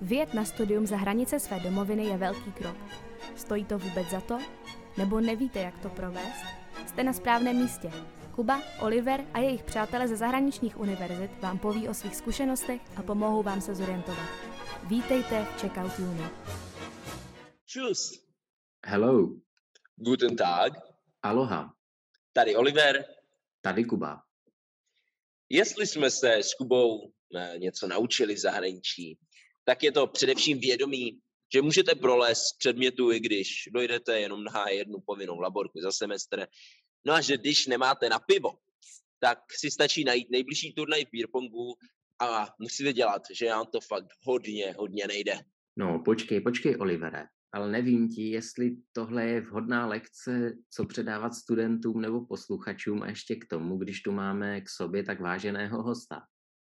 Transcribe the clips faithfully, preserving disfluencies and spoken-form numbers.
Vyjet na studium za hranice své domoviny je velký krok. Stojí to vůbec za to? Nebo nevíte, jak to provést? Jste na správném místě. Kuba, Oliver a jejich přátelé ze zahraničních univerzit vám poví o svých zkušenostech a pomohou vám se zorientovat. Vítejte v Checkout Uni. Tschüss. Hello. Guten Tag. Aloha. Tady Oliver. Tady Kuba. Jestli jsme se s Kubou něco naučili v zahraničí, tak je to především vědomí, že můžete prolézt z předmětu, i když dojdete jenom na jednu povinnou laborku za semestr. No a že když nemáte na pivo, tak si stačí najít nejbližší turnaj beer pongu a musíte dělat, že vám to fakt hodně, hodně nejde. No, počkej, počkej, Olivere. Ale nevím ti, jestli tohle je vhodná lekce, co předávat studentům nebo posluchačům a ještě k tomu, když tu máme k sobě tak váženého hosta.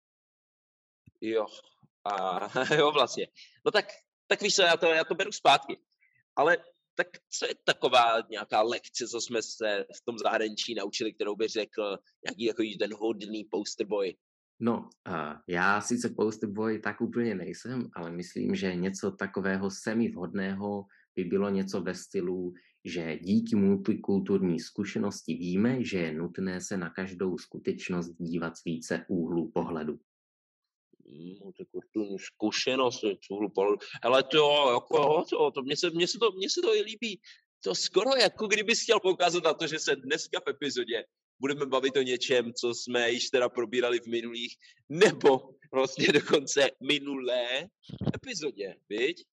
Jo, a jo vlastně. No tak, tak víš co, já to, já to beru zpátky. Ale tak co je taková nějaká lekce, co jsme se v tom zahraničí naučili, kterou bych řekl nějaký takový ten hodný poster boy? No, uh, já sice poster boy tak úplně nejsem, ale myslím, že něco takového semi-vhodného by bylo něco ve stylu, že díky multikulturní zkušenosti víme, že je nutné se na každou skutečnost dívat z více úhlů pohledu. Multikulturní zkušenost z úhlu pohledu. Ale to, jako, to, to, mně, se, mně, se to, mně se to i líbí. To skoro jako kdybys chtěl poukázat na to, že se dneska v epizodě budeme bavit o něčem, co jsme již teda probírali v minulých, nebo vlastně dokonce minulé epizodě, viď?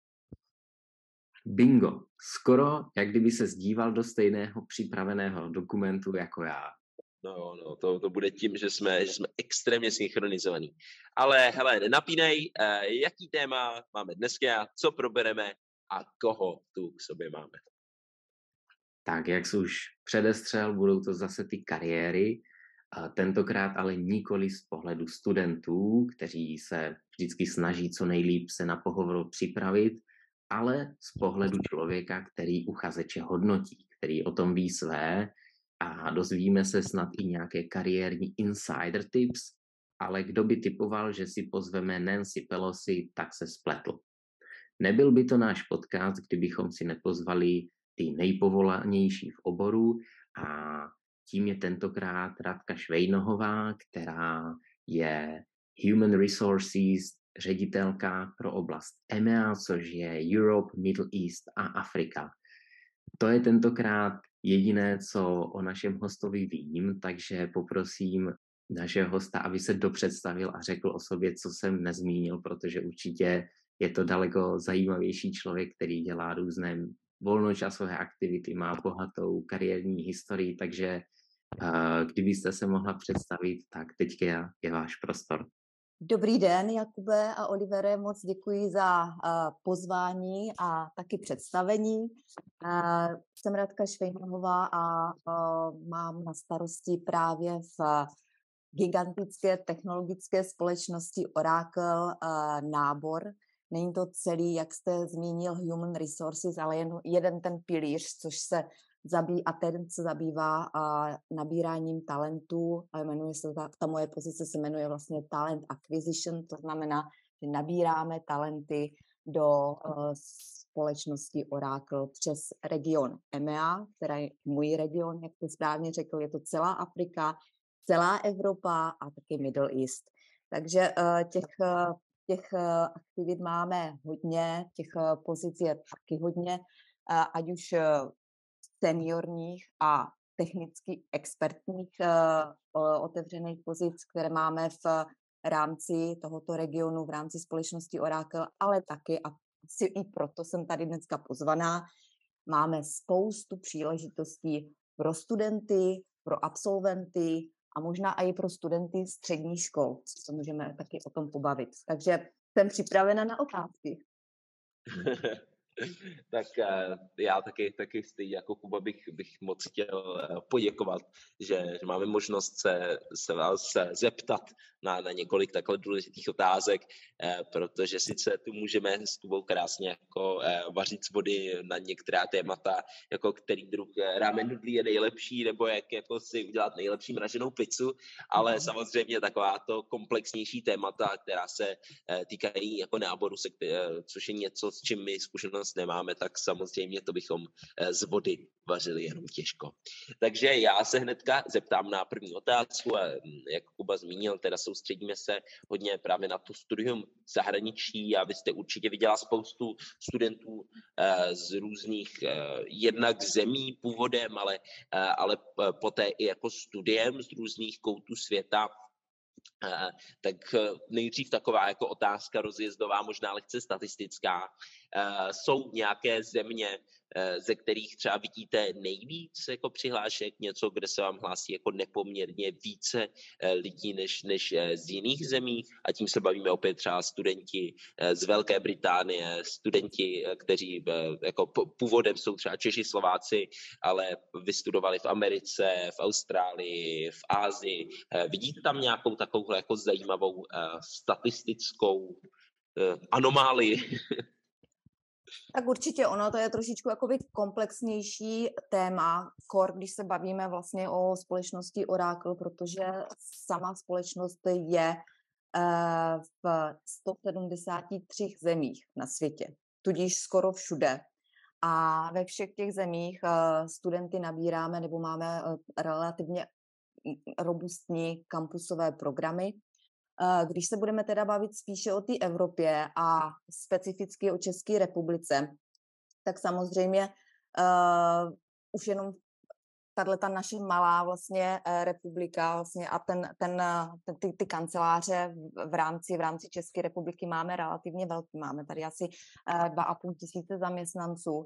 Bingo. Skoro, jak kdyby se zdíval do stejného připraveného dokumentu jako já. No, no, to, to bude tím, že jsme, že jsme extrémně synchronizovaní. Ale hele, nenapínej, eh, jaký téma máme dneska, co probereme a koho tu k sobě máme. Tak, jak jsi už předestřel, budou to zase ty kariéry, tentokrát ale nikoli z pohledu studentů, kteří se vždycky snaží co nejlíp se na pohovor připravit, ale z pohledu člověka, který uchazeče hodnotí, který o tom ví své a dozvíme se snad i nějaké kariérní insider tips, ale kdo by typoval, že si pozveme Nancy Pelosi, tak se spletl. Nebyl by to náš podcast, kdybychom si nepozvali ty nejpovolanější v oboru a tím je tentokrát Radka Švejnohová, která je Human Resources ředitelka pro oblast E M E A, což je Europe, Middle East a Afrika. To je tentokrát jediné, co o našem hostovi vím, takže poprosím našeho hosta, aby se dopředstavil a řekl o sobě, co jsem nezmínil, protože určitě je to daleko zajímavější člověk, který dělá různé volnočasové aktivity, má bohatou kariérní historii, takže uh, kdybyste se mohla představit, tak teďka je váš prostor. Dobrý den, Jakube a Olivere, moc děkuji za uh, pozvání a taky představení. Uh, jsem Radka Švejnohová a uh, mám na starosti právě v uh, gigantické technologické společnosti Oracle uh, nábor. Není to celý, jak jste zmínil, Human Resources, ale jen jeden ten pilíř, což se zabý, a ten se zabývá a nabíráním talentů. A jmenuje se ta, ta moje pozice se jmenuje vlastně Talent Acquisition, to znamená, že nabíráme talenty do uh, společnosti Oracle přes region E M E A, která je můj region, jak jste správně řekl, je to celá Afrika, celá Evropa a taky Middle East. Takže uh, těch uh, Těch aktivit máme hodně, těch pozic je taky hodně, ať už seniorních a technicky expertních otevřených pozic, které máme v rámci tohoto regionu, v rámci společnosti Oracle, ale taky, a asi i proto jsem tady dneska pozvaná, máme spoustu příležitostí pro studenty, pro absolventy, a možná i pro studenty středních škol, co se můžeme taky o tom pobavit. Takže jsem připravena na otázky. Tak já taky, taky stejně jako Kuba bych, bych moc chtěl poděkovat, že, že máme možnost se, se vás zeptat na, na několik takhle důležitých otázek, eh, protože sice tu můžeme s Kubou krásně jako eh, vařit z vody na některá témata, jako který druh eh, ramen nudlí je nejlepší, nebo jak jako si udělat nejlepší mraženou pizzu, ale Mhm. samozřejmě taková to komplexnější témata, která se eh, týkají jako náboru, se, eh, což je něco, s čím my zkušenost nemáme, tak samozřejmě to bychom eh, z vody vařili jenom těžko. Takže já se hnedka zeptám na první otázku a jak Kuba zmínil, teda soustředíme se hodně právě na to studium v zahraničí a vy jste určitě viděla spoustu studentů eh, z různých eh, jednak zemí původem, ale, eh, ale poté i jako studiem z různých koutů světa. Uh, tak uh, nejdřív taková jako otázka rozjezdová, možná lehce statistická. Uh, jsou nějaké země, uh, ze kterých třeba vidíte nejvíc jako přihlášek, něco, kde se vám hlásí jako nepoměrně více uh, lidí než, než uh, z jiných zemí? A tím se bavíme opět třeba studenti uh, z Velké Británie, studenti, uh, kteří uh, jako původem jsou třeba Češi, Slováci, ale vystudovali v Americe, v Austrálii, v Ázii. Uh, vidíte tam nějakou takovou jako zajímavou uh, statistickou uh, anomálii? Tak určitě ono to je trošičku jakoby komplexnější téma, kor, když se bavíme vlastně o společnosti Oracle, protože sama společnost je uh, v sto sedmdesáti třech zemích na světě, tudíž skoro všude. A ve všech těch zemích uh, studenty nabíráme nebo máme uh, relativně robustní kampusové programy. Když se budeme teda bavit spíše o té Evropě a specificky o České republice, tak samozřejmě uh, už jenom tato naše malá vlastně republika vlastně a ten, ten, ten, ty, ty kanceláře v rámci, v rámci České republiky máme relativně velký. Máme tady asi uh, dva a půl tisíce zaměstnanců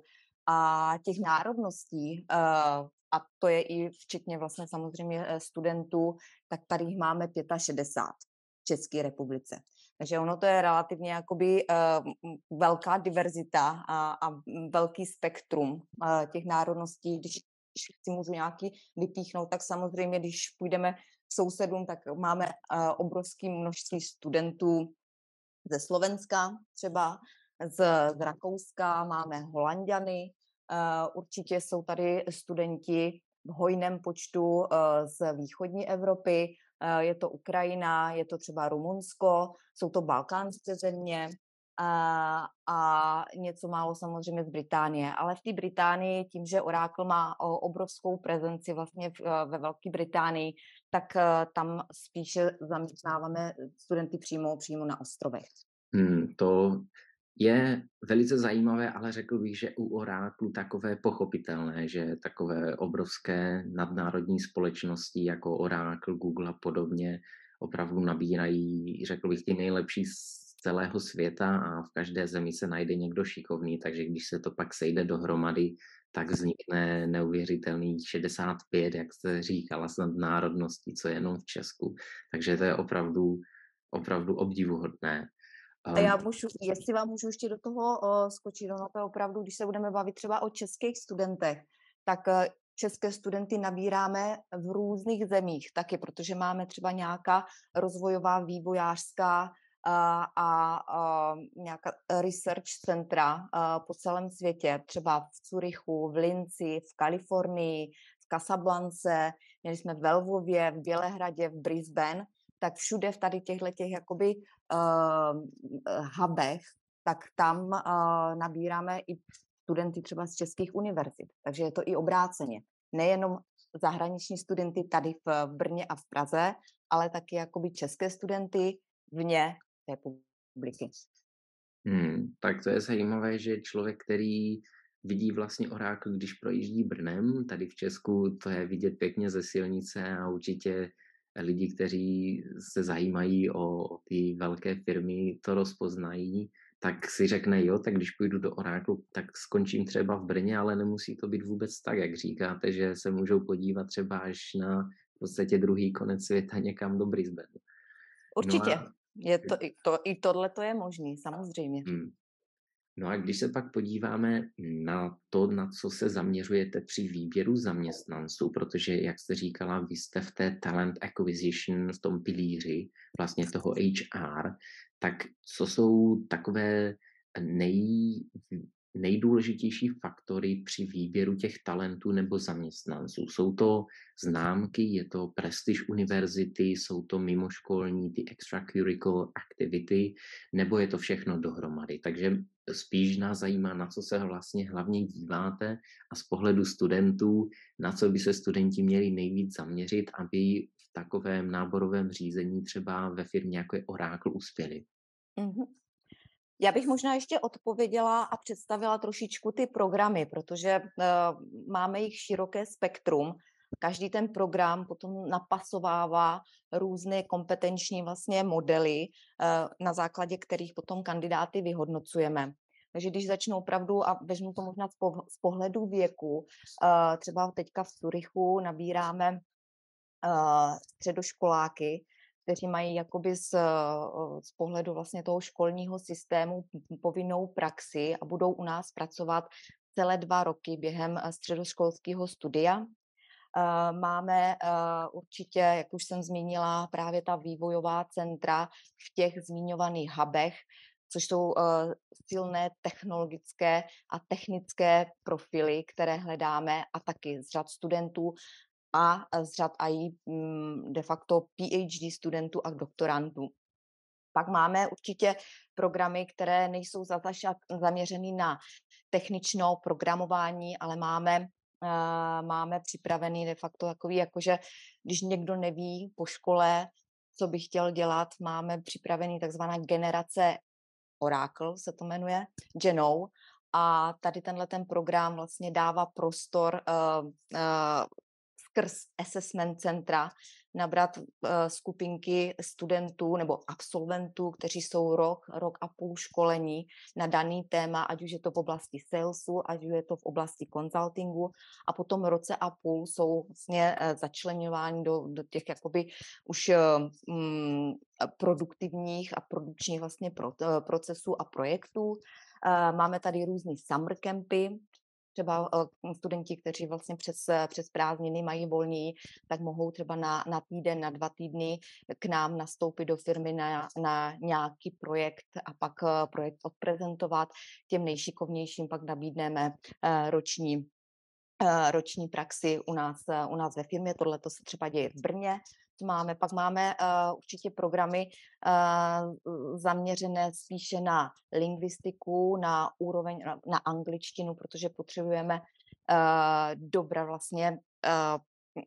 a těch národností uh, a to je i včetně vlastně samozřejmě studentů, tak tady jich máme šedesát pět v České republice. Takže ono to je relativně jakoby uh, velká diverzita a, a velký spektrum uh, těch národností. Když, když si můžu nějaký vypíchnout, tak samozřejmě, když půjdeme k sousedům, tak máme uh, obrovské množství studentů ze Slovenska třeba, z, z Rakouska, máme Holanďany, uh, určitě jsou tady studenti v hojném počtu uh, z východní Evropy, uh, je to Ukrajina, je to třeba Rumunsko, jsou to balkánské země a, a něco málo samozřejmě z Británie. Ale v té Británii, tím, že Oracle má o, obrovskou prezenci vlastně v, ve Velké Británii, tak uh, tam spíše zaměstnáváme studenty přímo, přímo na ostrovech. Hmm, to je velice zajímavé, ale řekl bych, že u Oracle takové pochopitelné, že takové obrovské nadnárodní společnosti jako Oracle, Google a podobně opravdu nabírají, řekl bych, ty nejlepší z celého světa a v každé zemi se najde někdo šikovný, takže když se to pak sejde dohromady, tak vznikne neuvěřitelný šedesát pět, jak jste říkala, snad národností, co je jenom v Česku. Takže to je opravdu, opravdu obdivuhodné. A já můžu, jestli vám můžu ještě do toho uh, skočit, no to je opravdu, když se budeme bavit třeba o českých studentech, tak uh, české studenty nabíráme v různých zemích taky, protože máme třeba nějaká rozvojová, vývojářská uh, a uh, nějaká research centra uh, po celém světě, třeba v Curychu, v Linci, v Kalifornii, v Casablance, měli jsme v Lvově, v Bělehradě, v Brisbane, tak všude v tady těchto těch jakoby uh, hubech, tak tam uh, nabíráme i studenty třeba z českých univerzit. Takže je to i obráceně. Nejenom zahraniční studenty tady v Brně a v Praze, ale taky jakoby české studenty vně republiky. Hmm, tak to je zajímavé, že člověk, který vidí vlastně Oracle, když projíždí Brnem, tady v Česku to je vidět pěkně ze silnice a určitě lidi, kteří se zajímají o, o ty velké firmy, to rozpoznají, tak si řekne, jo, tak když půjdu do Oracle, tak skončím třeba v Brně, ale nemusí to být vůbec tak, jak říkáte, že se můžou podívat třeba až na v podstatě druhý konec světa někam do Brisbane. Určitě. No a... je to, i, to, I tohle to je možný, samozřejmě. Hmm. No a když se pak podíváme na to, na co se zaměřujete při výběru zaměstnanců, protože, jak jste říkala, vy jste v té talent acquisition, v tom pilíři vlastně toho H R, tak co jsou takové nej, nejdůležitější faktory při výběru těch talentů nebo zaměstnanců? Jsou to známky, je to prestiž univerzity, jsou to mimoškolní, ty extracurricular activity, nebo je to všechno dohromady? Takže spíš nás zajímá, na co se vlastně hlavně díváte a z pohledu studentů, na co by se studenti měli nejvíc zaměřit, aby v takovém náborovém řízení třeba ve firmě jako je Oracle uspěli. Mm-hmm. Já bych možná ještě odpověděla a představila trošičku ty programy, protože uh, máme jich široké spektrum. Každý ten program potom napasovává různé kompetenční vlastně modely, uh, na základě kterých potom kandidáty vyhodnocujeme. Takže když začnu opravdu, a vezmu to možná z, po, z pohledu věku, uh, třeba teďka v Curychu nabíráme uh, středoškoláky, kteří mají jakoby z, z pohledu vlastně toho školního systému povinnou praxi a budou u nás pracovat celé dva roky během středoškolského studia. Máme určitě, jak už jsem zmínila, právě ta vývojová centra v těch zmiňovaných hubech, což jsou silné technologické a technické profily, které hledáme, a taky z řad studentů a z řad I de facto PhD studentů a doktorantů. Pak máme určitě programy, které nejsou zase zaměřeny na technično programování, ale máme, uh, máme připravený de facto takový, jakože když někdo neví po škole, co by chtěl dělat, máme připravený takzvaná generace Oracle, se to jmenuje, Genou. A tady tenhle ten program vlastně dává prostor uh, uh, skrz assessment centra nabrat uh, skupinky studentů nebo absolventů, kteří jsou rok, rok a půl školení na daný téma, ať už je to v oblasti salesu, ať už je to v oblasti consultingu, a potom roce a půl jsou vlastně uh, začleňováni do, do těch jakoby už uh, um, produktivních a produkčních vlastně pro, uh, procesů a projektů. Uh, máme tady různý summer campy. Třeba studenti, kteří vlastně přes, přes prázdniny mají volný, tak mohou třeba na, na týden, na dva týdny k nám nastoupit do firmy na, na nějaký projekt a pak projekt odprezentovat. Těm nejšikovnějším pak nabídneme roční, roční praxi u nás, u nás ve firmě. Tohle to se třeba děje v Brně. Máme, pak máme uh, určitě programy uh, zaměřené spíše na lingvistiku, na úroveň, na, na angličtinu, protože potřebujeme uh, dobré vlastně uh,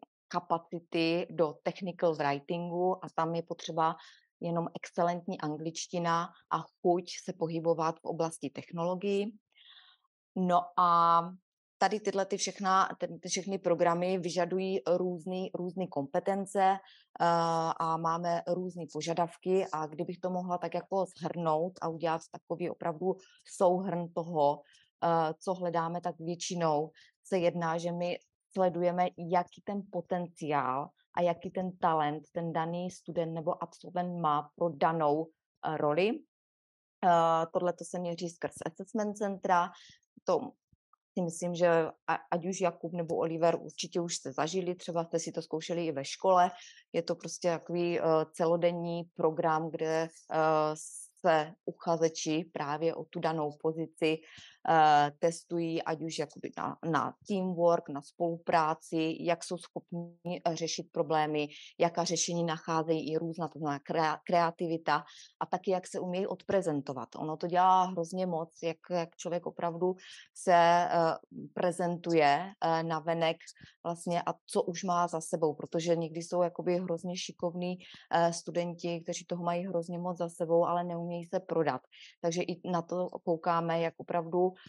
kapacity do technical writingu a tam je potřeba jenom excelentní angličtina a chuť se pohybovat v oblasti technologií. No a tady tyhle ty, všechna, ty všechny programy vyžadují různý, různý kompetence uh, a máme různé požadavky, a kdybych to mohla tak jako shrnout a udělat takový opravdu souhrn toho, uh, co hledáme, tak většinou se jedná, že my sledujeme, jaký ten potenciál a jaký ten talent ten daný student nebo absolvent má pro danou uh, roli. Uh, Tohle to se měří skrz assessment centra. To myslím, že ať už Jakub nebo Oliver určitě už jste zažili, třeba jste si to zkoušeli i ve škole. Je to prostě takový uh, celodenní program, kde uh, se uchazeči právě o tu danou pozici uh, testují, ať už jakoby na, na teamwork, na spolupráci, jak jsou schopni řešit problémy, jaká řešení nacházejí i různá, to znamená krea, kreativita, a taky jak se umějí odprezentovat. Ono to dělá hrozně moc, jak, jak člověk opravdu se uh, prezentuje uh, navenek vlastně a co už má za sebou, protože někdy jsou jakoby hrozně šikovní uh, studenti, kteří toho mají hrozně moc za sebou, ale neumějí se prodat. Takže i na to koukáme, jak opravdu uh,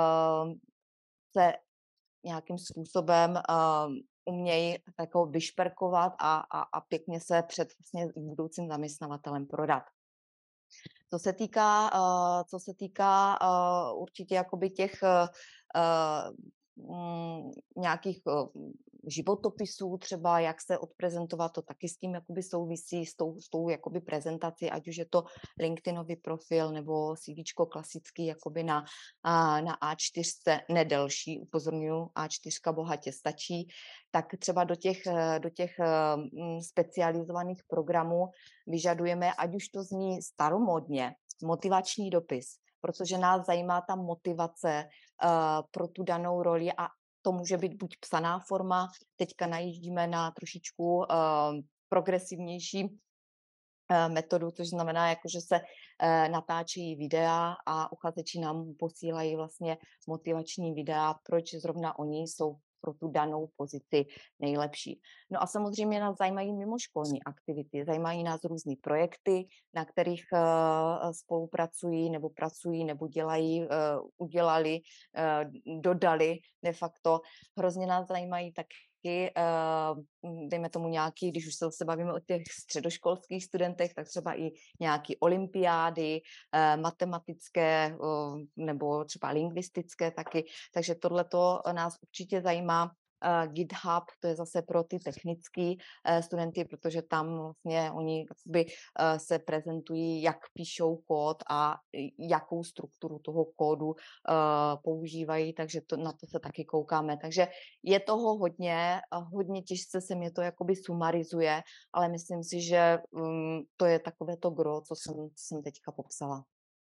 se nějakým způsobem uh, umějí jako vyšperkovat a, a, a pěkně se před vlastně budoucím zaměstnavatelem prodat. Co se týká, uh, co se týká uh, určitě jakoby těch uh, um, nějakých uh, životopisů třeba, jak se odprezentovat, to taky s tím jakoby souvisí, s tou, s tou jakoby prezentací, ať už je to LinkedInový profil nebo CVčko klasický jakoby na, a, na á čtyři, nedelší, upozorňuji, á čtyři bohatě stačí, tak třeba do těch, do těch um, specializovaných programů vyžadujeme, ať už to zní staromódně, motivační dopis, protože nás zajímá ta motivace uh, pro tu danou roli a to může být buď psaná forma, teďka najíždíme na trošičku uh, progresivnější uh, metodu, což znamená, jako, že se uh, natáčejí videa a uchazeči nám posílají vlastně motivační videa, proč zrovna oni jsou pro tu danou pozici nejlepší. No a samozřejmě nás zajímají mimoškolní aktivity, zajímají nás různý projekty, na kterých uh, spolupracují nebo pracují nebo dělají, uh, udělali, uh, dodali de facto. Hrozně nás zajímají taky, uh, dejme tomu nějaký, když už se bavíme o těch středoškolských studentech, tak třeba i nějaký olympiády, uh, matematické uh, nebo třeba lingvistické taky. Takže tohleto nás určitě zajímá. Uh, GitHub, to je zase pro ty technické uh, studenty, protože tam vlastně oni jakoby, uh, se prezentují, jak píšou kód a jakou strukturu toho kódu uh, používají, takže to, na to se taky koukáme. Takže je toho hodně, hodně těžce se mě to jakoby sumarizuje, ale myslím si, že um, to je takové to gro, co jsem, co jsem teďka popsala.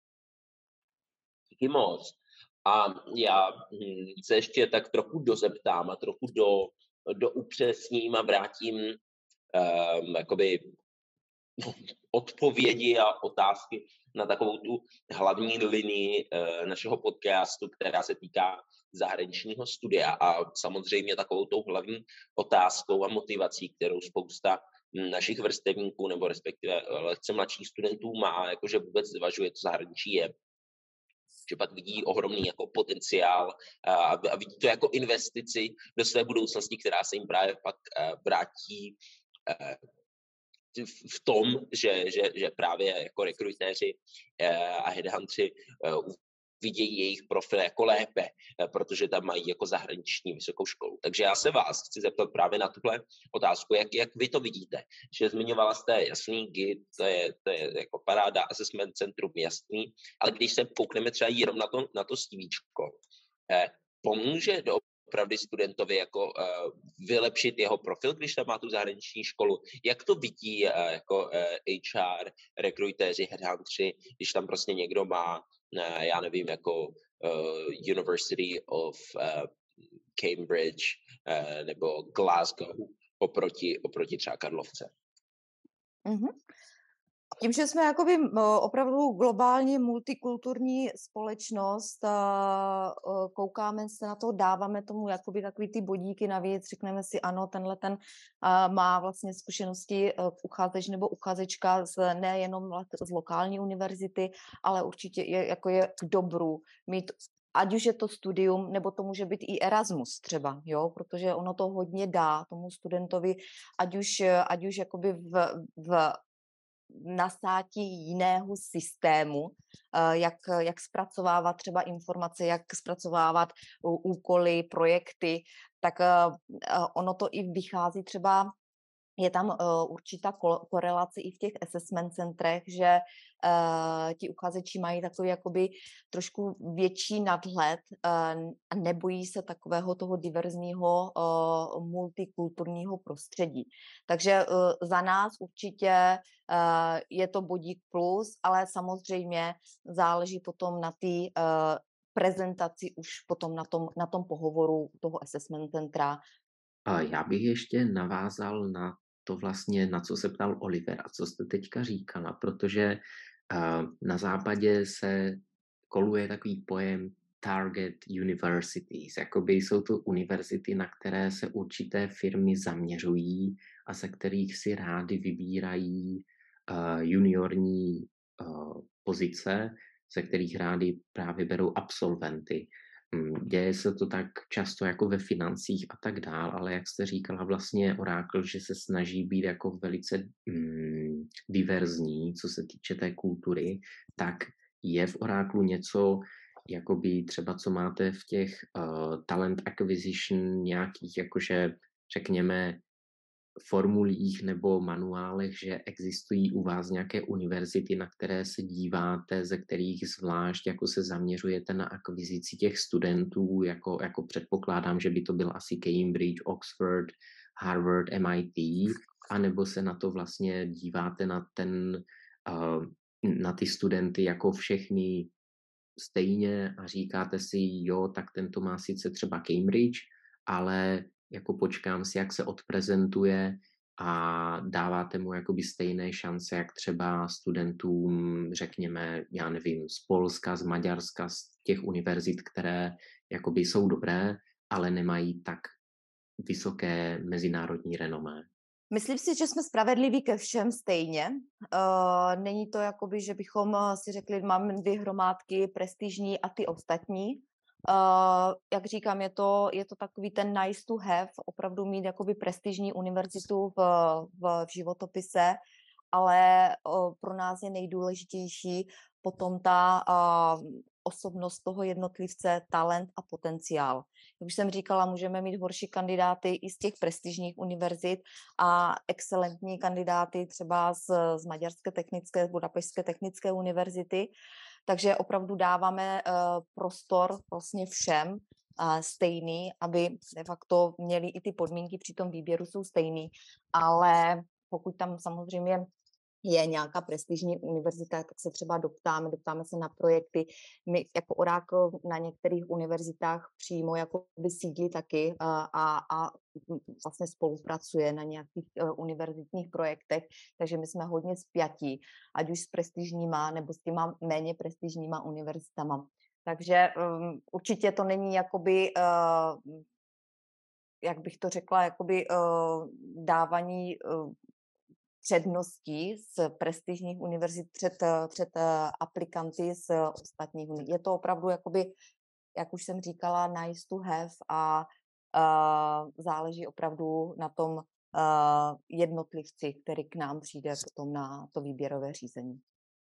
Díky moc. A já se ještě tak trochu dozeptám a trochu do, do upřesním a vrátím um, jakoby odpovědi a otázky na takovou tu hlavní linii uh, našeho podcastu, která se týká zahraničního studia a samozřejmě takovou tou hlavní otázkou a motivací, kterou spousta našich vrstevníků nebo respektive lehce mladších studentů má, jakože vůbec zvažuje, to zahraničí je, že pak vidí ohromný jako potenciál a, a vidí to jako investici do své budoucnosti, která se jim právě pak uh, vrátí uh, v tom, že, že, že právě jako rekrutéři uh, a headhuntři uh, vidějí jejich profil jako lépe, protože tam mají jako zahraniční vysokou školu. Takže já se vás chci zeptat právě na tuhle otázku, jak, jak vy to vidíte. Že zmiňovala jste jasný Git, to je, to je jako paráda, assessment centrum jasný, ale když se koukneme třeba jenom na to, na to CVčko, eh, pomůže doopravdy studentovi jako uh, vylepšit jeho profil, když tam má tu zahraniční školu. Jak to vidí uh, jako uh, há er, rekrutéři, headhuntři, když tam prostě někdo má Uh, já nevím, jako uh, University of uh, Cambridge uh, nebo Glasgow oproti, oproti třeba Karlovce. Mm-hmm. Tím, že jsme jakoby opravdu globálně multikulturní společnost, koukáme se na to, dáváme tomu jakoby takový ty bodíky navíc, řekneme si ano, tenhle ten má vlastně zkušenosti uchazeč nebo uchazečka z, nejenom z lokální univerzity, ale určitě je, jako je k dobru mít, ať už je to studium, nebo to může být i Erasmus třeba, jo, protože ono to hodně dá tomu studentovi, ať už, ať už jakoby v, v nasátí jiného systému, jak, jak zpracovávat třeba informace, jak zpracovávat úkoly, projekty, tak ono to i vychází třeba, je tam uh, určitá korelace i v těch assessment centrech, že uh, ti uchazeči mají takový jakoby trošku větší nadhled uh, a nebojí se takového toho diverzního uh, multikulturního prostředí. Takže uh, za nás určitě uh, je to bodík plus, ale samozřejmě záleží potom na té uh, prezentaci už potom na tom, na tom pohovoru toho assessment centra. A já bych ještě navázal na to vlastně, na co se ptal Oliver a co jste teďka říkala, protože uh, na západě se koluje takový pojem target universities, jakoby jsou to univerzity, na které se určité firmy zaměřují a ze kterých si rádi vybírají uh, juniorní uh, pozice, ze kterých rádi právě berou absolventy. Děje se to tak často jako ve financích a tak dál, ale jak jste říkala vlastně Oracle, že se snaží být jako velice mm, diverzní, co se týče té kultury, tak je v Oracle něco, jakoby třeba co máte v těch uh, talent acquisition nějakých jakože řekněme, formulích nebo manuálech, že existují u vás nějaké univerzity, na které se díváte, ze kterých zvlášť jako se zaměřujete na akvizici těch studentů, jako, jako předpokládám, že by to byl asi Cambridge, Oxford, Harvard, M I T, anebo se na to vlastně díváte na ten, uh, na ty studenty jako všechny stejně a říkáte si, jo, tak tento má sice třeba Cambridge, ale jako počkám si, jak se odprezentuje a dáváte mu jakoby stejné šance, jak třeba studentům, řekněme, já nevím, z Polska, z Maďarska, z těch univerzit, které jakoby jsou dobré, ale nemají tak vysoké mezinárodní renomé. Myslím si, že jsme spravedliví ke všem stejně. Uh, není to jakoby, že bychom si řekli, máme dvě hromádky, prestižní a ty ostatní. Uh, jak říkám, je to, je to takový ten nice to have, opravdu mít jakoby prestižní univerzitu v, v, v životopise, ale uh, pro nás je nejdůležitější potom ta uh, osobnost toho jednotlivce, talent a potenciál. Jak už jsem říkala, můžeme mít horší kandidáty i z těch prestižních univerzit a excelentní kandidáty třeba z, z Maďarské technické, z Budapešťské technické univerzity. Takže opravdu dáváme uh, prostor vlastně všem uh, stejný, aby de facto měli i ty podmínky při tom výběru jsou stejný, ale pokud tam samozřejmě je nějaká prestižní univerzita, tak se třeba doptáme, doptáme se na projekty. My jako Oracle na některých univerzitách přímo jako by sídlí taky a, a, a vlastně spolupracuje na nějakých uh, univerzitních projektech, takže my jsme hodně spjatí, ať už s prestižníma nebo s těma méně prestižníma univerzitama. Takže um, určitě to není jakoby, uh, jak bych to řekla, jakoby uh, dávání uh, předností z prestižních univerzit před, před aplikanty z ostatních univerzit. Je to opravdu, jakoby, jak už jsem říkala, nice to have a uh, záleží opravdu na tom uh, jednotlivci, který k nám přijde potom na to výběrové řízení.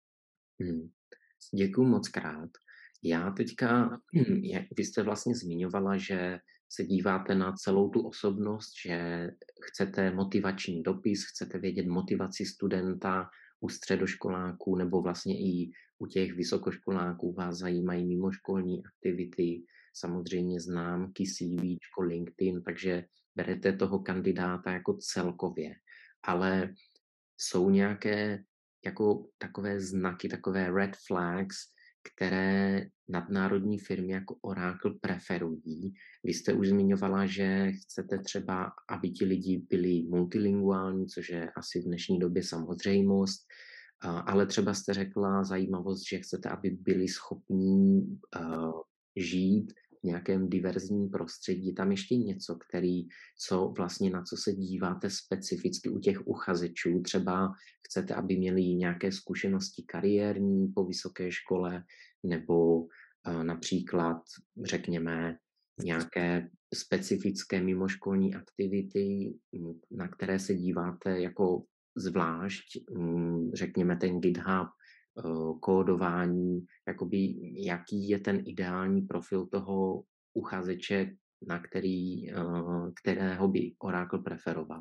Hmm. Děkuji moc krát. Já teďka, jak vy jste vlastně zmiňovala, že se díváte na celou tu osobnost, že chcete motivační dopis, chcete vědět motivaci studenta u středoškoláků nebo vlastně i u těch vysokoškoláků vás zajímají mimoškolní aktivity, samozřejmě známky, CVčko, LinkedIn, takže berete toho kandidáta jako celkově. Ale jsou nějaké jako takové znaky, takové red flags, které nadnárodní firmy jako Oracle preferují. Vy jste už zmiňovala, že chcete třeba, aby ti lidi byli multilinguální, což je asi v dnešní době samozřejmost, ale třeba jste řekla zajímavost, že chcete, aby byli schopní uh, žít v nějakém diverzním prostředí. Tam ještě něco, který, co vlastně na co se díváte specificky u těch uchazečů. Třeba chcete, aby měli nějaké zkušenosti kariérní po vysoké škole, nebo uh, například, řekněme, nějaké specifické mimoškolní aktivity, na které se díváte jako zvlášť, řekněme ten GitHub, kódování, jakoby jaký je ten ideální profil toho uchazeče, na který, kterého by Oracle preferoval?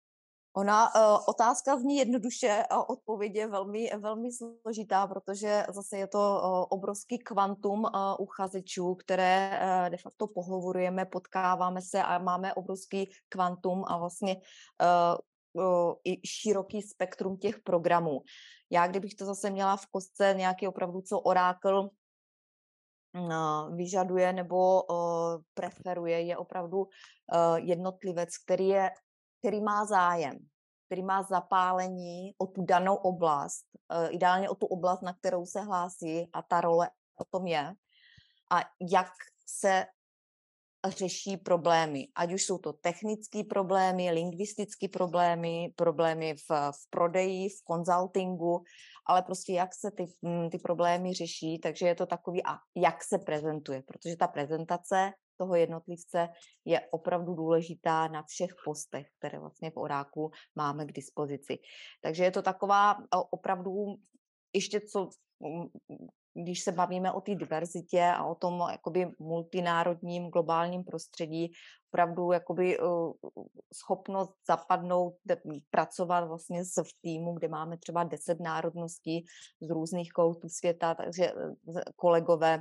Ona uh, otázka zní jednoduše a odpověď je velmi, velmi složitá, protože zase je to uh, obrovský kvantum uh, uchazečů, které uh, de facto pohovorujeme, potkáváme se a máme obrovský kvantum a vlastně uh, uh, i široký spektrum těch programů. Já, kdybych to zase měla v kostce nějaký opravdu, co Oracle uh, vyžaduje nebo uh, preferuje, je opravdu uh, jednotlivec, který je který má zájem, který má zapálení o tu danou oblast, ideálně o tu oblast, na kterou se hlásí a ta role o tom je. A jak se řeší problémy, ať už jsou to technické problémy, lingvistické problémy, problémy v, v prodeji, v konzultingu, ale prostě jak se ty, ty problémy řeší, takže je to takový a jak se prezentuje, protože ta prezentace toho jednotlivce je opravdu důležitá na všech postech, které vlastně v Oráku máme k dispozici. Takže je to taková opravdu ještě co když se bavíme o té diverzitě a o tom jakoby multinárodním globálním prostředí, opravdu jakoby uh, schopnost zapadnout, pracovat vlastně v týmu, kde máme třeba deset národností z různých koutů světa, takže kolegové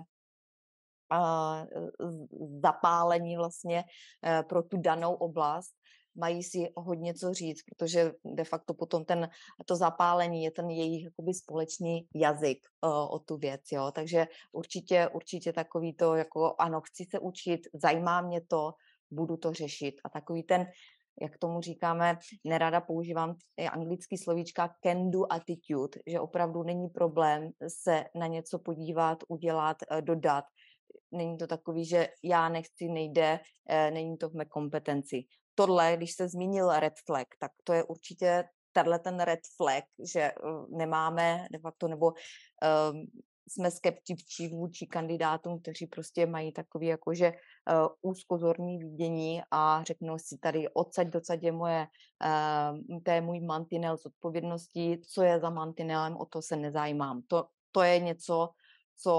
zapálení vlastně pro tu danou oblast, mají si hodně co říct, protože de facto potom ten, to zapálení je ten jejich jakoby společný jazyk uh, o tu věc, jo, takže určitě, určitě takový to, jako ano, chci se učit, zajímá mě to, budu to řešit a takový ten, jak tomu říkáme, nerada používám anglický slovíčka can do attitude, že opravdu není problém se na něco podívat, udělat, dodat. Není to takový, že já nechci, nejde, není to v mé kompetenci. Tohle, když se zmínil red flag, tak to je určitě tenhle ten red flag, že nemáme de facto, nebo um, jsme skeptičtí vůči kandidátům, kteří prostě mají takový jakože uh, úzkozorný vidění a řeknou si tady odsaď docať je moje, uh, to je můj mantinel z odpovědnosti, co je za mantinelem, o to se nezajímám. To, to je něco, co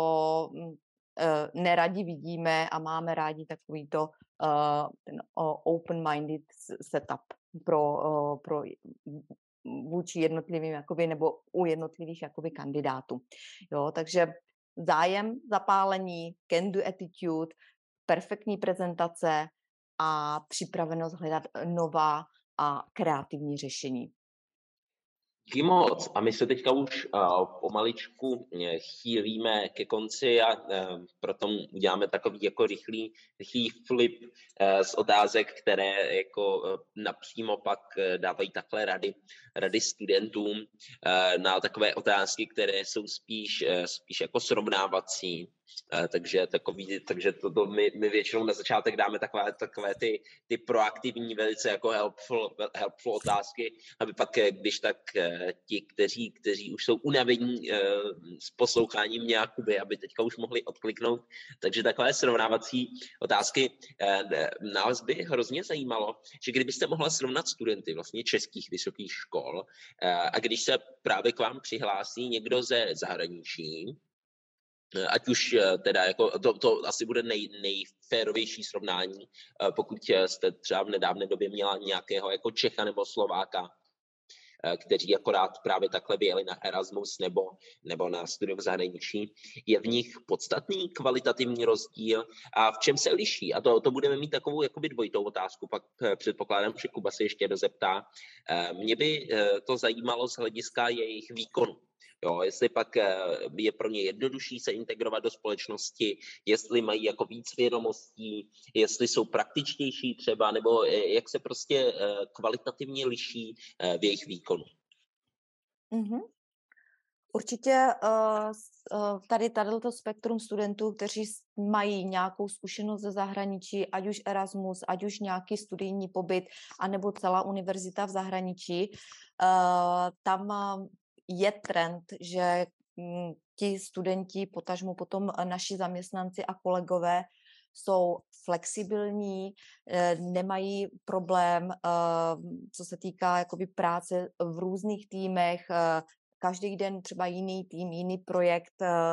neradi vidíme a máme rádi takovýto uh, ten open-minded setup pro, uh, pro vůči jednotlivým jakoby, nebo u jednotlivých jakoby kandidátů. Jo, takže zájem, zapálení, can-do attitude, perfektní prezentace a připravenost hledat nová a kreativní řešení. Díky moc. A my se teďka už uh, pomaličku chýlíme ke konci a uh, proto uděláme takový jako rychlý, rychlý flip uh, z otázek, které jako uh, napřímo pak uh, dávají takhle rady, rady studentům uh, na takové otázky, které jsou spíš, uh, spíš jako srovnávací. Uh, takže takový, takže to, to my, my většinou na začátek dáme takové, takové ty, ty proaktivní, velice jako helpful, helpful otázky, aby pak, když tak ti, kteří, kteří už jsou unavení uh, s posloucháním nějakuby, aby teďka už mohli odkliknout. Takže takové srovnávací otázky. Uh, nás by hrozně zajímalo, že kdybyste mohla srovnat studenty vlastně českých vysokých škol uh, a když se právě k vám přihlásí někdo ze zahraničí, ať už teda jako, to, to asi bude nej, nejférovější srovnání, pokud jste třeba v nedávné době měla nějakého jako Čecha nebo Slováka, kteří akorát právě takhle vyjeli na Erasmus nebo, nebo na studium v zahraničí. Je v nich podstatný kvalitativní rozdíl a v čem se liší? A to, to budeme mít takovou jakoby dvojitou otázku, pak předpokládám, že Kuba se ještě dozeptá. Mě by to zajímalo z hlediska jejich výkonu. Jo, jestli pak je pro ně jednodušší se integrovat do společnosti, jestli mají jako víc vědomostí, jestli jsou praktičtější třeba, nebo jak se prostě kvalitativně liší v jejich výkonu. Mm-hmm. Určitě tady tato spektrum studentů, kteří mají nějakou zkušenost ze zahraničí, ať už Erasmus, ať už nějaký studijní pobyt, anebo celá univerzita v zahraničí, tam je trend, že ti studenti, potažmo potom naši zaměstnanci a kolegové jsou flexibilní, nemají problém, co se týká jakoby práce v různých týmech, každý den třeba jiný tým, jiný projekt,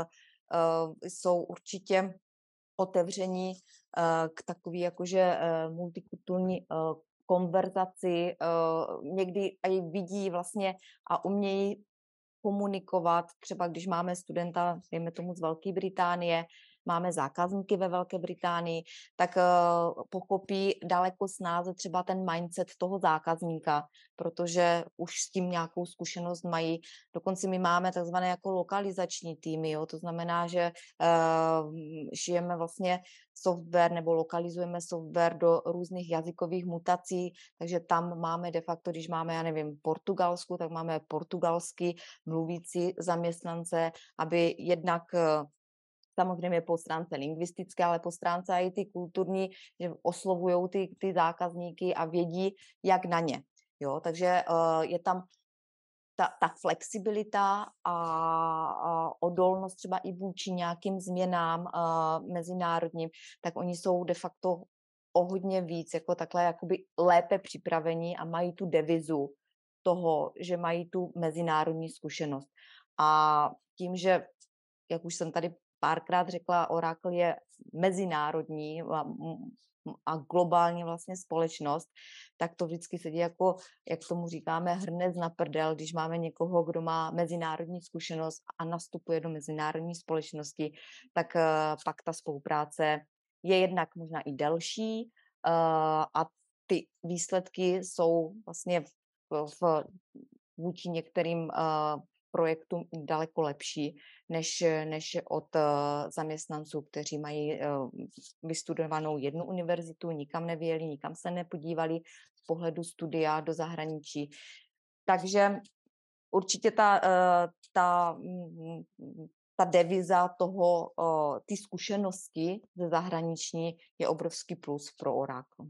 jsou určitě otevření k takový jakože multikulturní konverzaci, někdy i vidí vlastně a umějí komunikovat, třeba když máme studenta, dejme tomu z Velké Británie, máme zákazníky ve Velké Británii, tak uh, pochopí daleko snáze třeba ten mindset toho zákazníka, protože už s tím nějakou zkušenost mají. Dokonce my máme takzvané jako lokalizační týmy, jo? To znamená, že uh, šijeme vlastně software nebo lokalizujeme software do různých jazykových mutací, takže tam máme de facto, když máme, já nevím, Portugalsku, tak máme portugalsky mluvící zaměstnance, aby jednak samozřejmě po stránce lingvistické, ale po stránce i ty kulturní, že oslovují ty, ty zákazníky a vědí, jak na ně. Jo? Takže uh, je tam ta, ta flexibilita a, a odolnost třeba i vůči nějakým změnám uh, mezinárodním, tak oni jsou de facto o hodně víc, jako takhle jakoby lépe připravení a mají tu devizu toho, že mají tu mezinárodní zkušenost. A tím, že jak už jsem tady párkrát řekla, Oracle je mezinárodní a, a globální vlastně společnost, tak to vždycky sedí jako, jak tomu říkáme, hrnec na prdel, když máme někoho, kdo má mezinárodní zkušenost a nastupuje do mezinárodní společnosti, tak uh, pak ta spolupráce je jednak možná i delší uh, a ty výsledky jsou vlastně v, v, vůči některým uh, projektům daleko lepší, než, než od uh, zaměstnanců, kteří mají uh, vystudovanou jednu univerzitu, nikam nevyjeli, nikam se nepodívali z pohledu studia do zahraničí. Takže určitě ta, uh, ta, ta deviza toho, uh, ty zkušenosti ze zahraniční je obrovský plus pro Oracle.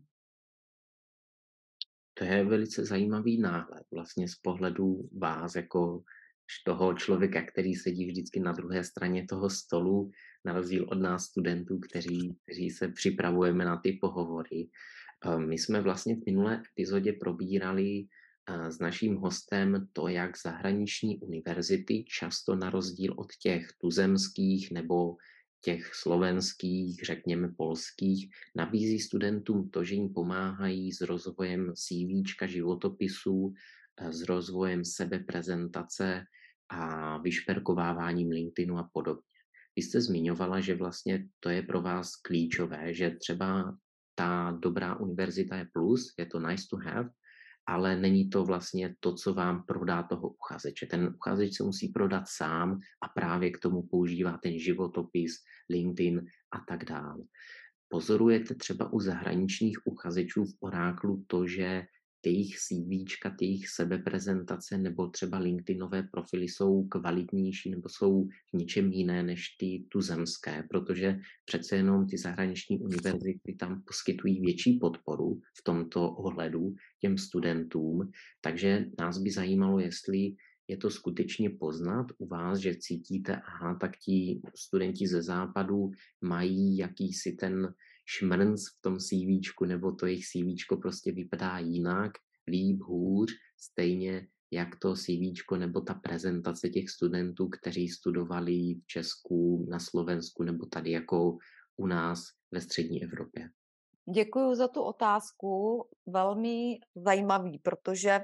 To je velice zajímavý náhled vlastně z pohledu vás jako toho člověka, který sedí vždycky na druhé straně toho stolu, na rozdíl od nás studentů, kteří, kteří se připravujeme na ty pohovory. My jsme vlastně v minulé epizodě probírali s naším hostem to, jak zahraniční univerzity často na rozdíl od těch tuzemských nebo těch slovenských, řekněme polských, nabízí studentům to, že jim pomáhají s rozvojem CVčka, životopisů, s rozvojem sebeprezentace a vyšperkováváním LinkedInu a podobně. Vy jste zmiňovala, že vlastně to je pro vás klíčové, že třeba ta dobrá univerzita je plus, je to nice to have, ale není to vlastně to, co vám prodá toho uchazeče. Ten uchazeč se musí prodat sám a právě k tomu používá ten životopis, LinkedIn a tak dále. Pozorujete třeba u zahraničních uchazečů v Oráklu to, že ty jejich CVčka, ty jejich sebeprezentace nebo třeba LinkedInové profily jsou kvalitnější nebo jsou v něčem jiné než ty tuzemské, protože přece jenom ty zahraniční univerzity tam poskytují větší podporu v tomto ohledu těm studentům, takže nás by zajímalo, jestli je to skutečně poznat u vás, že cítíte, aha, tak ti studenti ze západu mají jakýsi ten šmrnc v tom CVčku, nebo to jejich CVčko prostě vypadá jinak, líp, hůř, stejně jak to CVčko nebo ta prezentace těch studentů, kteří studovali v Česku, na Slovensku nebo tady jako u nás ve střední Evropě. Děkuji za tu otázku, velmi zajímavý, protože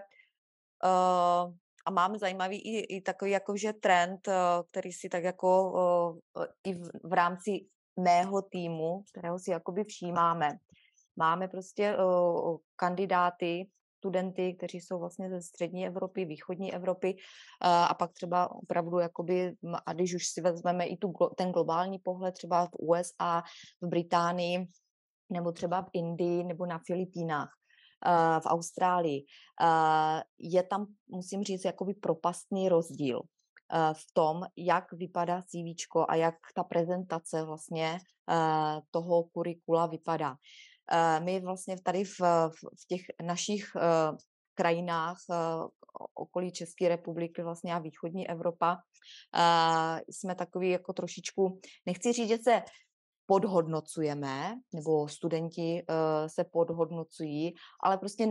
uh, a máme zajímavý i, i takový jakože trend, uh, který si tak jako uh, i v, v rámci mého týmu, kterého si jakoby všímáme. Máme prostě uh, kandidáty, studenty, kteří jsou vlastně ze střední Evropy, východní Evropy uh, a pak třeba opravdu jakoby, a když už si vezmeme i tu, ten globální pohled třeba v U S A, v Británii, nebo třeba v Indii, nebo na Filipínách, uh, v Austrálii, uh, je tam, musím říct, jakoby propastný rozdíl v tom, jak vypadá CVčko a jak ta prezentace vlastně toho kurikula vypadá. My vlastně tady v, v těch našich krajinách okolí České republiky vlastně a východní Evropa jsme takový jako trošičku, nechci říct, že se podhodnocujeme, nebo studenti se podhodnocují, ale prostě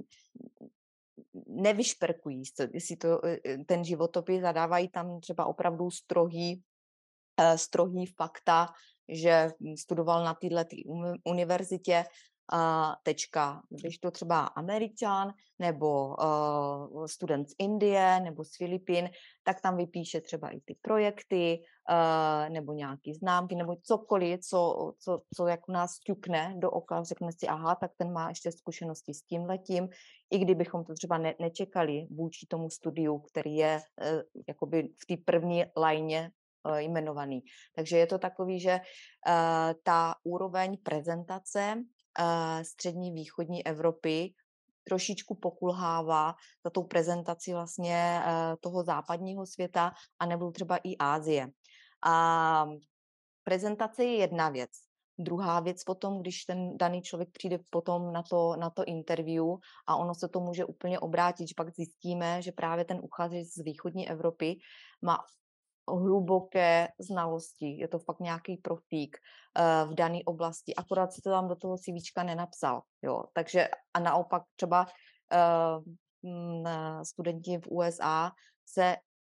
nevyšperkují si to, ten životopis a dávají tam třeba opravdu strohý, strohý fakta, že studoval na této univerzitě a tečka. Když to třeba Američan nebo uh, student z Indie nebo z Filipín, tak tam vypíše třeba i ty projekty uh, nebo nějaký známky nebo cokoliv, co, co, co jak nás ťukne do oka, řekne si, aha, tak ten má ještě zkušenosti s tímhletím, i kdybychom to třeba ne, nečekali vůči tomu studiu, který je uh, jakoby v té první lajně uh, jmenovaný. Takže je to takový, že uh, ta úroveň prezentace střední východní Evropy trošičku pokulhává za tou prezentací vlastně toho západního světa a nebo třeba i Asie. A prezentace je jedna věc. Druhá věc potom, když ten daný člověk přijde potom na to, na to interview a ono se to může úplně obrátit, že pak zjistíme, že právě ten uchazeč z východní Evropy má hluboké znalosti, je to fakt nějaký profík uh, v dané oblasti, akorát si to tam do toho CVčka nenapsal, jo, takže a naopak třeba uh, m, studenti v U S A se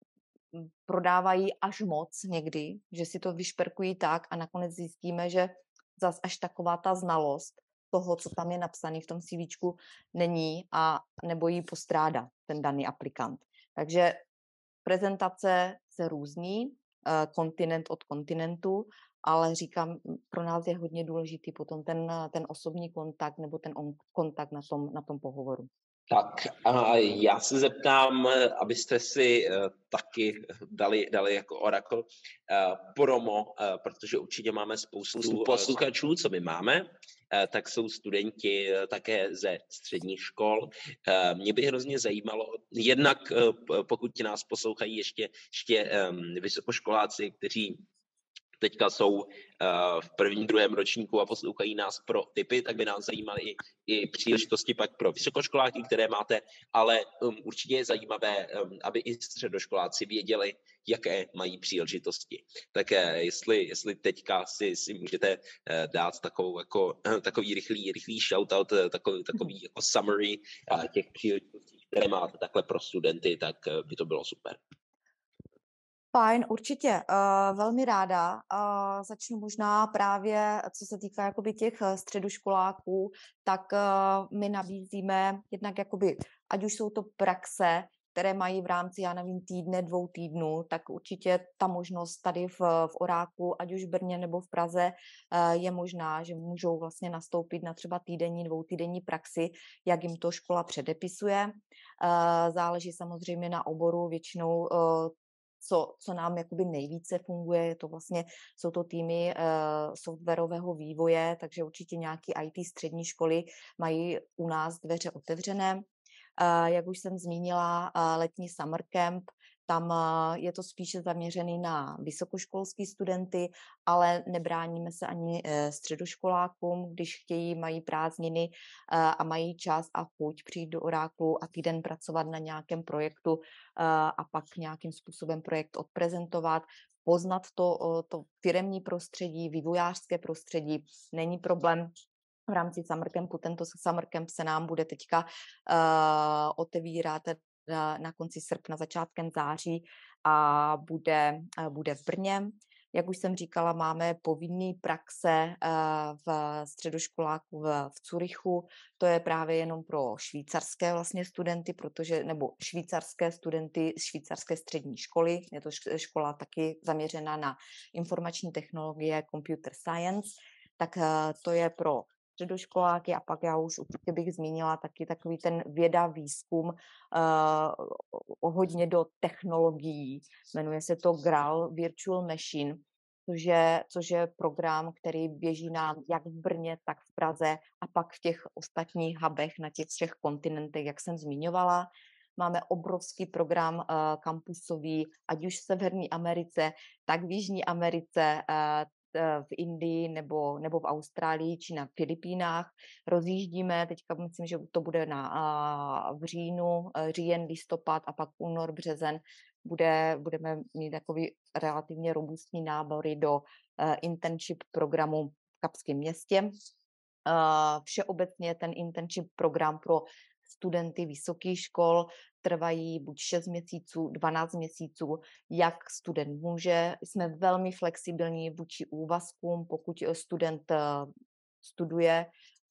prodávají až moc někdy, že si to vyšperkují tak a nakonec zjistíme, že zas až taková ta znalost toho, co tam je napsané v tom CVčku, není a nebo ji postrádá ten daný aplikant. Takže prezentace se různí, kontinent od kontinentu, ale říkám, pro nás je hodně důležitý potom ten, ten osobní kontakt nebo ten on, kontakt na tom, na tom pohovoru. Tak a já se zeptám, abyste si uh, taky dali, dali jako Oracle uh, promo, uh, protože určitě máme spoustu posluchačů, co my máme, uh, tak jsou studenti uh, také ze středních škol. Uh, mě by hrozně zajímalo, jednak uh, pokud nás poslouchají ještě, ještě um, vysokoškoláci, kteří teďka jsou uh, v prvním, druhém ročníku a poslouchají nás pro tipy, tak by nás zajímaly i, i příležitosti pak pro vysokoškoláky, které máte, ale um, určitě je zajímavé, um, aby i středoškoláci věděli, jaké mají příležitosti. Tak uh, jestli, jestli teďka si, si můžete uh, dát takovou, jako, uh, takový rychlý, rychlý shoutout, uh, takový, takový jako summary uh, těch příležitostí, které máte takhle pro studenty, tak uh, by to bylo super. Fajn, určitě, uh, velmi ráda. Uh, začnu možná právě, co se týká jakoby těch středoškoláků, tak uh, my nabízíme jednak jakoby, ať už jsou to praxe, které mají v rámci, já nevím, týdne, dvou týdnů, tak určitě ta možnost tady v, v Oráku, ať už v Brně nebo v Praze, uh, je možná, že můžou vlastně nastoupit na třeba týdenní, dvoutýdenní praxi, jak jim to škola předepisuje. Uh, záleží samozřejmě na oboru, většinou uh, Co, co nám jakoby nejvíce funguje, je to vlastně, jsou to týmy uh, softwarového vývoje, takže určitě nějaký í té střední školy mají u nás dveře otevřené. Uh, jak už jsem zmínila, uh, letní summer camp, tam uh, je to spíše zaměřený na vysokoškolský studenty, ale nebráníme se ani uh, středoškolákům, když chtějí, mají prázdniny uh, a mají čas a chuť přijít do Oráklu a týden pracovat na nějakém projektu uh, a pak nějakým způsobem projekt odprezentovat, poznat to, uh, to firemní prostředí, vývojářské prostředí, není problém. V rámci summer campu, tento summer camp se nám bude teďka uh, otevírat na konci srpna, začátkem září a bude, uh, bude v Brně. Jak už jsem říkala, máme povinný praxe uh, v středoškoláku v, v Curychu. To je právě jenom pro švýcarské vlastně studenty, protože, nebo švýcarské studenty z švýcarské střední školy. Je to škola taky zaměřená na informační technologie, computer science. Tak uh, to je pro středoškoláky a pak já už určitě bych zmínila taky takový ten věda, výzkum uh, hodně do technologií. Jmenuje se to Graal Virtual Machine, což je, což je program, který běží nám jak v Brně, tak v Praze a pak v těch ostatních hubech na těch třech kontinentech, jak jsem zmiňovala. Máme obrovský program uh, kampusový, ať už v Severní Americe, tak v Jižní Americe, uh, v Indii nebo, nebo v Austrálii či na Filipínách. Rozjíždíme, teďka myslím, že to bude na, a, v říjnu, říjen, listopad a pak únor, březen. Bude, budeme mít takový relativně robustní nábory do uh, internship programu v Kapském městě. Uh, všeobecně ten internship program pro studenty vysokých škol trvají buď šest měsíců, dvanáct měsíců, jak student může. Jsme velmi flexibilní vůči úvazkům, pokud student studuje,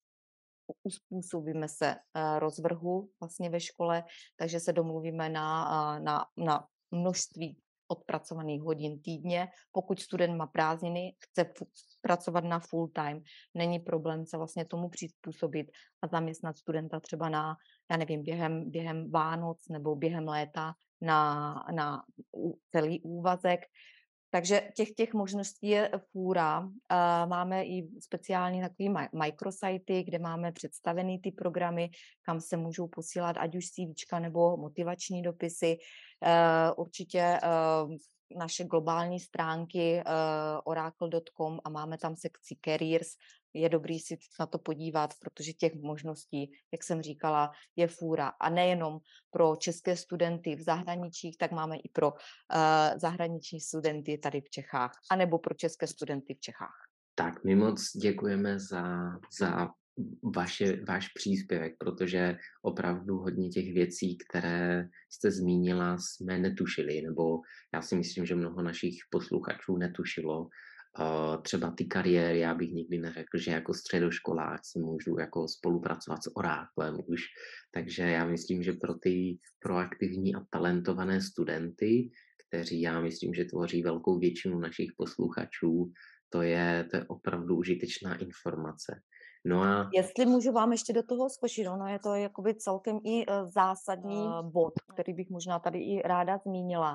uspůsobíme se rozvrhu vlastně ve škole, takže se domluvíme na, na, na množství odpracovaných hodin týdně. Pokud student má prázdniny, chce pracovat na full time, není problém se vlastně tomu přizpůsobit a zaměstnat studenta třeba na, já nevím, během, během Vánoc nebo během léta na, na celý úvazek. Takže těch, těch možností je fůra. Máme i speciální takový microsity, kde máme představený ty programy, kam se můžou posílat ať už CVčka nebo motivační dopisy. Určitě naše globální stránky oracle tečka com a máme tam sekci careers. Je dobrý si na to podívat, protože těch možností, jak jsem říkala, je fůra. A nejenom pro české studenty v zahraničích, tak máme i pro uh, zahraniční studenty tady v Čechách, anebo pro české studenty v Čechách. Tak my moc děkujeme za, za vaše, váš příspěvek, protože opravdu hodně těch věcí, které jste zmínila, jsme netušili, nebo já si myslím, že mnoho našich posluchačů netušilo. Uh, třeba ty kariéry, já bych nikdy neřekl, že jako středoškolák si můžu jako spolupracovat s Oráklem už, takže já myslím, že pro ty proaktivní a talentované studenty, kteří já myslím, že tvoří velkou většinu našich posluchačů, to je, to je opravdu užitečná informace. No a... Jestli můžu vám ještě do toho skočit, ono je to jakoby celkem i zásadní bod, který bych možná tady i ráda zmínila.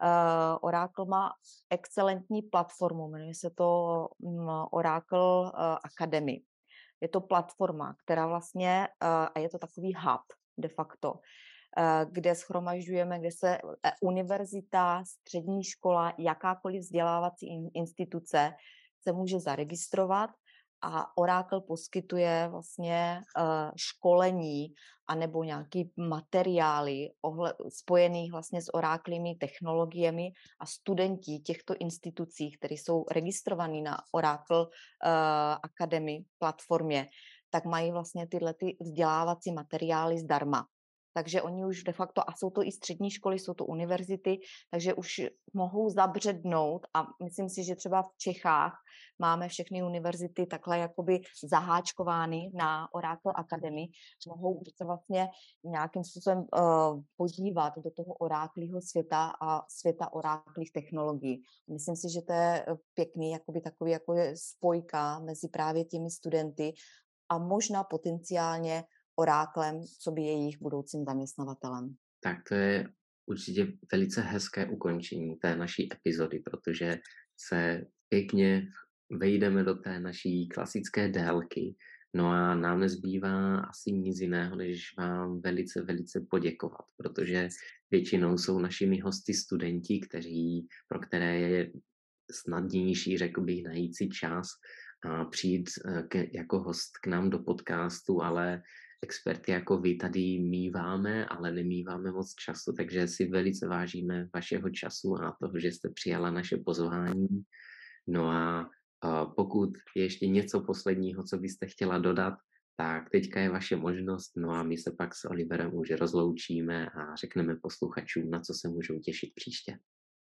Uh, Oracle má excelentní platformu, jmenuje se to um, Oracle uh, Academy. Je to platforma, která vlastně, uh, a je to takový hub de facto, uh, kde shromažďujeme, kde se uh, univerzita, střední škola, jakákoliv vzdělávací in, instituce se může zaregistrovat a Oracle poskytuje vlastně uh, školení anebo nějaký materiály ohle, spojený vlastně s Oraclými technologiemi a studenti těchto institucí, které jsou registrovaní na Oracle uh, Academy platformě, tak mají vlastně tyhle ty vzdělávací materiály zdarma. Takže oni už de facto, a jsou to i střední školy, jsou to univerzity, takže už mohou zabřednout a myslím si, že třeba v Čechách máme všechny univerzity takhle jakoby zaháčkovány na Oracle Academy, mohou se vlastně nějakým způsobem uh, podívat do toho Oracleho světa a světa Oraclých technologií. Myslím si, že to je pěkný jakoby takový jako je spojka mezi právě těmi studenty a možná potenciálně Oraclem, co by jejich budoucím zaměstnavatelem. Tak to je určitě velice hezké ukončení té naší epizody, protože se pěkně vejdeme do té naší klasické délky. No a nám nezbývá asi nic jiného, než vám velice, velice poděkovat, protože většinou jsou našimi hosty studenti, kteří, pro které je snadnější, řekl bych, najít si čas a přijít k, jako host k nám do podcastu, ale experty jako vy tady míváme, ale nemíváme moc času, takže si velice vážíme vašeho času a toho, že jste přijala naše pozvání. No a, a pokud je ještě něco posledního, co byste chtěla dodat, tak teďka je vaše možnost, no a my se pak s Oliverem už rozloučíme a řekneme posluchačům, na co se můžou těšit příště.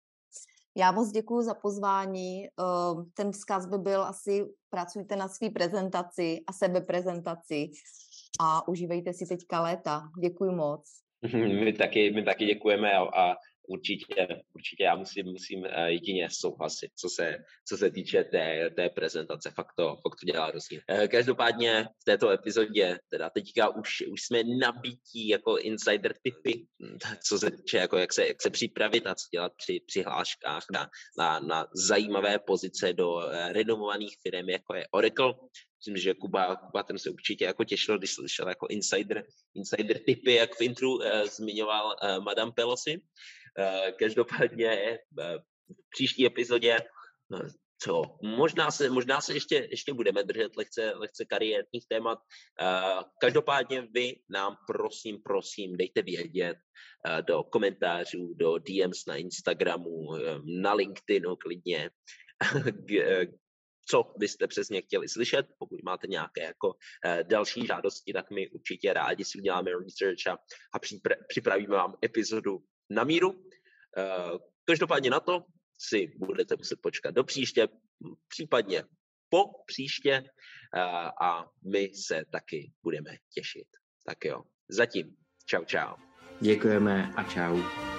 Já moc děkuji za pozvání. Ten vzkaz by byl asi pracujte na své prezentaci a sebeprezentaci a užívejte si teďka léta. Děkuji moc. My taky, my taky děkujeme a, a určitě, určitě já musím, musím jedině souhlasit, co se, co se týče té, té prezentace. Fakt to, fakt to dělá rozdíl. Každopádně v této epizodě, teda teďka už, už jsme nabití jako insider tipy, co se týče, jako jak, se, jak se připravit a co dělat při přihláškách na, na, na zajímavé pozice do renomovaných firm, jako je Oracle. Myslím, že Kuba, Kuba ten se určitě jako těšil, když slyšel jako insider, insider tipy, jak v intru eh, zmiňoval eh, Madame Pelosi. Eh, každopádně eh, v příští epizodě, eh, co, možná se, možná se ještě, ještě budeme držet lehce, lehce kariérních témat. Eh, každopádně vy nám prosím, prosím, dejte vědět eh, do komentářů, do D Ms na Instagramu, eh, na LinkedInu klidně, co byste přesně chtěli slyšet. Pokud máte nějaké jako uh, další žádosti, tak my určitě rádi si uděláme research a, a připra- připravíme vám epizodu na míru. Uh, každopádně na to si budete muset počkat do příště, případně po příště uh, a my se taky budeme těšit. Tak jo, zatím. Čau, čau. Děkujeme a čau.